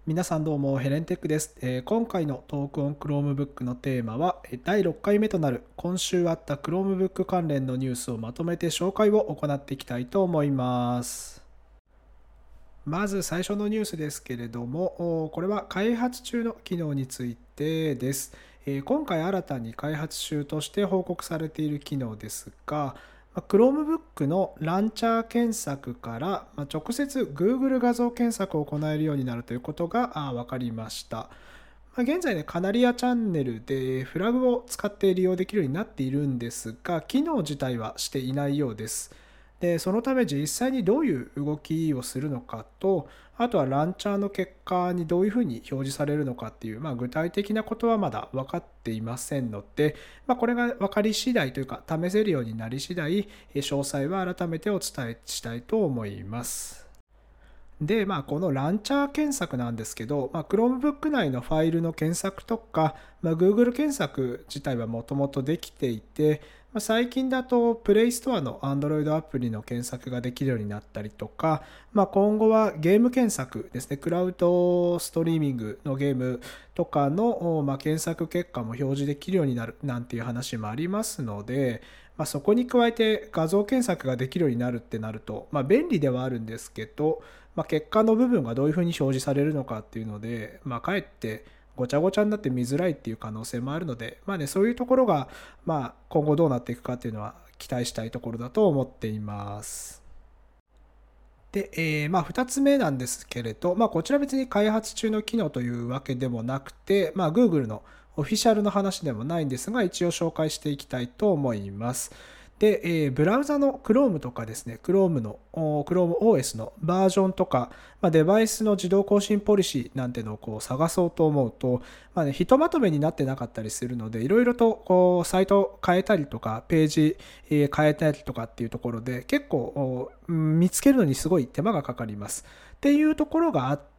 皆さんどうもヘレンテックです。今回のトークオン Chromebook のテーマは第6回目となる今週あった Chromebook 関連のニュースをまとめて紹介を行っていきたいと思います。まず最初のニュースですけれども、これは開発中の機能についてです。今回新たに開発中として報告されている機能ですが、Chromebook のランチャー検索から直接 Google 画像検索を行えるようになるということが分かりました。現在ね、カナリアチャンネルでフラグを使って利用できるようになっているんですが、機能自体はしていないようです。で、そのため実際にどういう動きをするのかと、あとはランチャーの結果にどういうふうに表示されるのかっていう、具体的なことはまだ分かっていませんので、これが分かり次第というか、試せるようになり次第、詳細は改めてお伝えしたいと思います。で、このランチャー検索なんですけど、Chromebook 内のファイルの検索とか、Google 検索自体はもともとできていて、最近だと Play Store の Android アプリの検索ができるようになったりとか、今後はゲーム検索ですね、クラウドストリーミングのゲームとかの、検索結果も表示できるようになるなんていう話もありますので、そこに加えて画像検索ができるようになるってなると、便利ではあるんですけど、結果の部分がどういうふうに表示されるのかっていうので、かえってごちゃごちゃになって見づらいっていう可能性もあるので、そういうところが、今後どうなっていくかっていうのは期待したいところだと思っています。で、2つ目なんですけれど、こちら別に開発中の機能というわけでもなくて、Google のオフィシャルの話でもないんですが、一応紹介していきたいと思います。で、ブラウザの Chrome とかですね、Chrome の ChromeOS のバージョンとか、デバイスの自動更新ポリシーなんてのを探そうと思うと、ひとまとめになってなかったりするので、いろいろとサイトを変えたりとか、ページ変えたりとかっていうところで、結構見つけるのにすごい手間がかかります。っていうところがあって、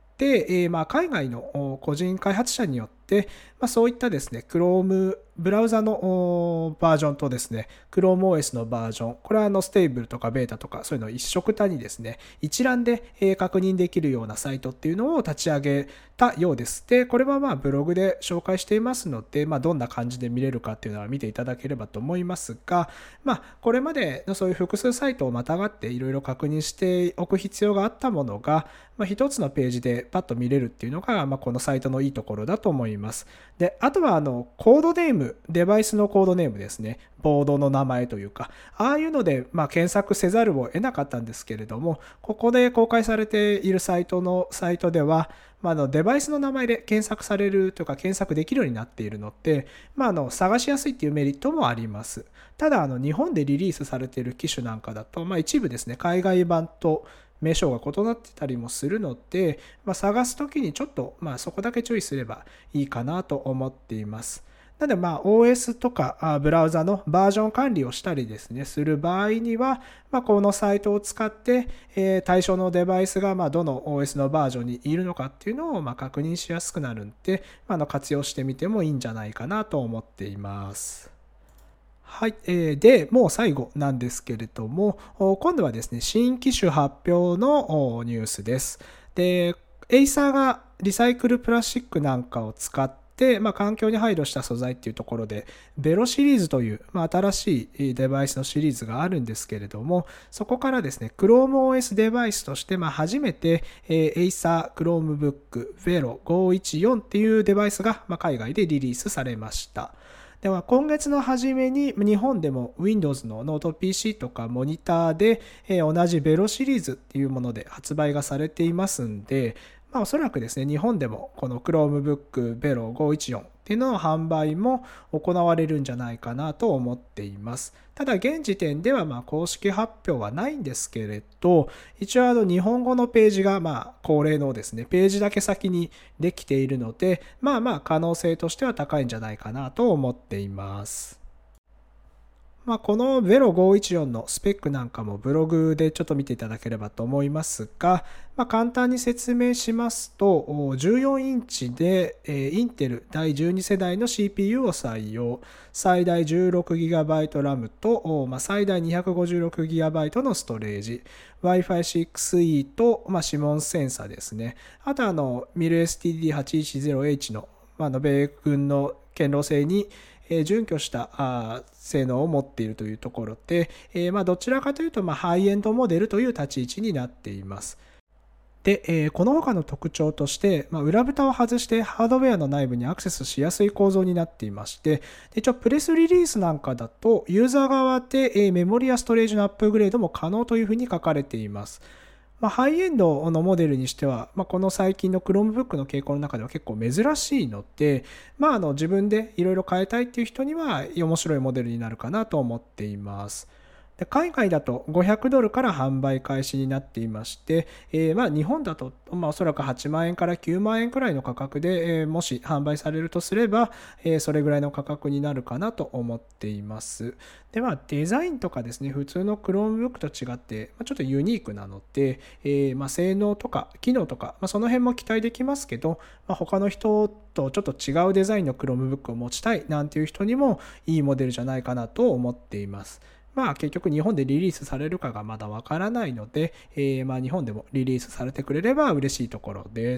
海外の個人開発者によって、そういったですね、Chrome ブラウザのバージョンとですね、ChromeOS のバージョン、これはステーブルとかベータとかそういうのを一色単にですね、一覧で確認できるようなサイトっていうのを立ち上げたようです。で、これはブログで紹介していますので、どんな感じで見れるかっていうのは見ていただければと思いますが、これまでのそういう複数サイトをまたがっていろいろ確認しておく必要があったものが、一つのページでパッと見れるっていうのが、このサイトのいいところだと思います。で、あとはコードネーム、デバイスのコードネームですね、ボードの名前というか、ああいうので、検索せざるを得なかったんですけれども、ここで公開されているサイトでは、デバイスの名前で検索されるとか検索できるようになっているので、探しやすいっていうメリットもあります。ただ、日本でリリースされている機種なんかだと、一部ですね、海外版と名称が異なってたりもするので、探すときにちょっと、そこだけ注意すればいいかなと思っています。なので、OS とかブラウザのバージョン管理をしたりですね、する場合には、このサイトを使って、対象のデバイスがどの OS のバージョンにいるのかっていうのを確認しやすくなるんで、活用してみてもいいんじゃないかなと思っています。はい。で、もう最後なんですけれども、今度はですね、新機種発表のニュースです。で、エイサーがリサイクルプラスチックなんかを使って、環境に配慮した素材っていうところで、ベロシリーズという、新しいデバイスのシリーズがあるんですけれども、そこからですね、ChromeOS デバイスとして、初めて、エイサー Chromebook Vero 514っていうデバイスが、海外でリリースされました。では今月の初めに日本でも Windows のノート PC とかモニターで同じベロシリーズっていうもので発売がされていますんで、おそらくですね、日本でもこの Chromebook Vero 514っていうのの販売も行われるんじゃないかなと思っています。ただ現時点では公式発表はないんですけれど、一応日本語のページが恒例のですね、ページだけ先にできているので、可能性としては高いんじゃないかなと思っています。 この VELO514 のスペックなんかもブログでちょっと見ていただければと思いますが、簡単に説明しますと、14インチでインテル第12世代の CPU を採用、最大 16GB RAM と最大 256GB のストレージ、Wi-Fi 6E と指紋センサですね。あとMIL-STD810H の米軍の堅牢性に準拠した性能を持っているというところで、どちらかというとハイエンドモデルという立ち位置になっています。で、この他の特徴として、裏蓋を外してハードウェアの内部にアクセスしやすい構造になっていまして、プレスリリースなんかだとユーザー側でメモリやストレージのアップグレードも可能というふうに書かれています。ハイエンドのモデルにしては、この最近の Chromebook の傾向の中では結構珍しいので、自分でいろいろ変えたいっていう人には面白いモデルになるかなと思っています。で海外だと$500から販売開始になっていまして、日本だと、おそらく8万円から9万円くらいの価格で、もし販売されるとすれば、それぐらいの価格になるかなと思っています。ではデザインとかですね、普通の Chromebook と違って、ちょっとユニークなので、性能とか機能とか、その辺も期待できますけど、他の人とちょっと違うデザインの Chromebook を持ちたいなんていう人にもいいモデルじゃないかなと思っています。結局日本でリリースされるかがまだわからないので、日本でもリリースされてくれれば嬉しいところです。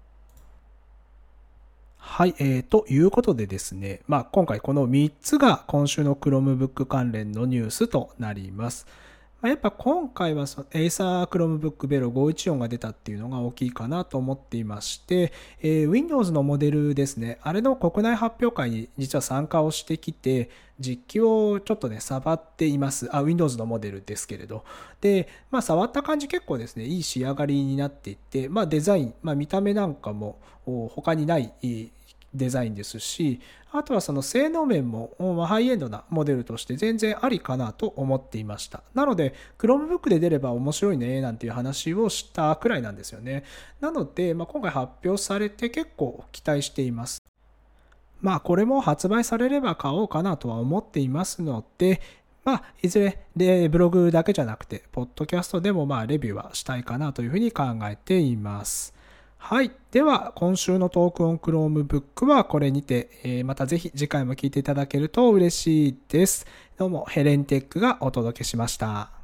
はい、ということでですね、今回この3つが今週の Chromebook 関連のニュースとなります。やっぱ今回はAcer Chromebook Velo 514が出たっていうのが大きいかなと思っていまして、Windows のモデルですね、あれの国内発表会に実は参加をしてきて、実機をちょっとね、触っています。Windows のモデルですけれど。で、触った感じ結構ですね、いい仕上がりになっていて、デザイン、見た目なんかも他にないデザインですし、あとはその性能面もハイエンドなモデルとして全然ありかなと思っていました。なので Chromebook で出れば面白いねなんていう話をしたくらいなんですよね。なので、今回発表されて結構期待しています。これも発売されれば買おうかなとは思っていますので、いずれでブログだけじゃなくて、ポッドキャストでもレビューはしたいかなというふうに考えています。はい。では、今週のトークオン Chromebook はこれにて、またぜひ次回も聞いていただけると嬉しいです。どうも、ヘレンテックがお届けしました。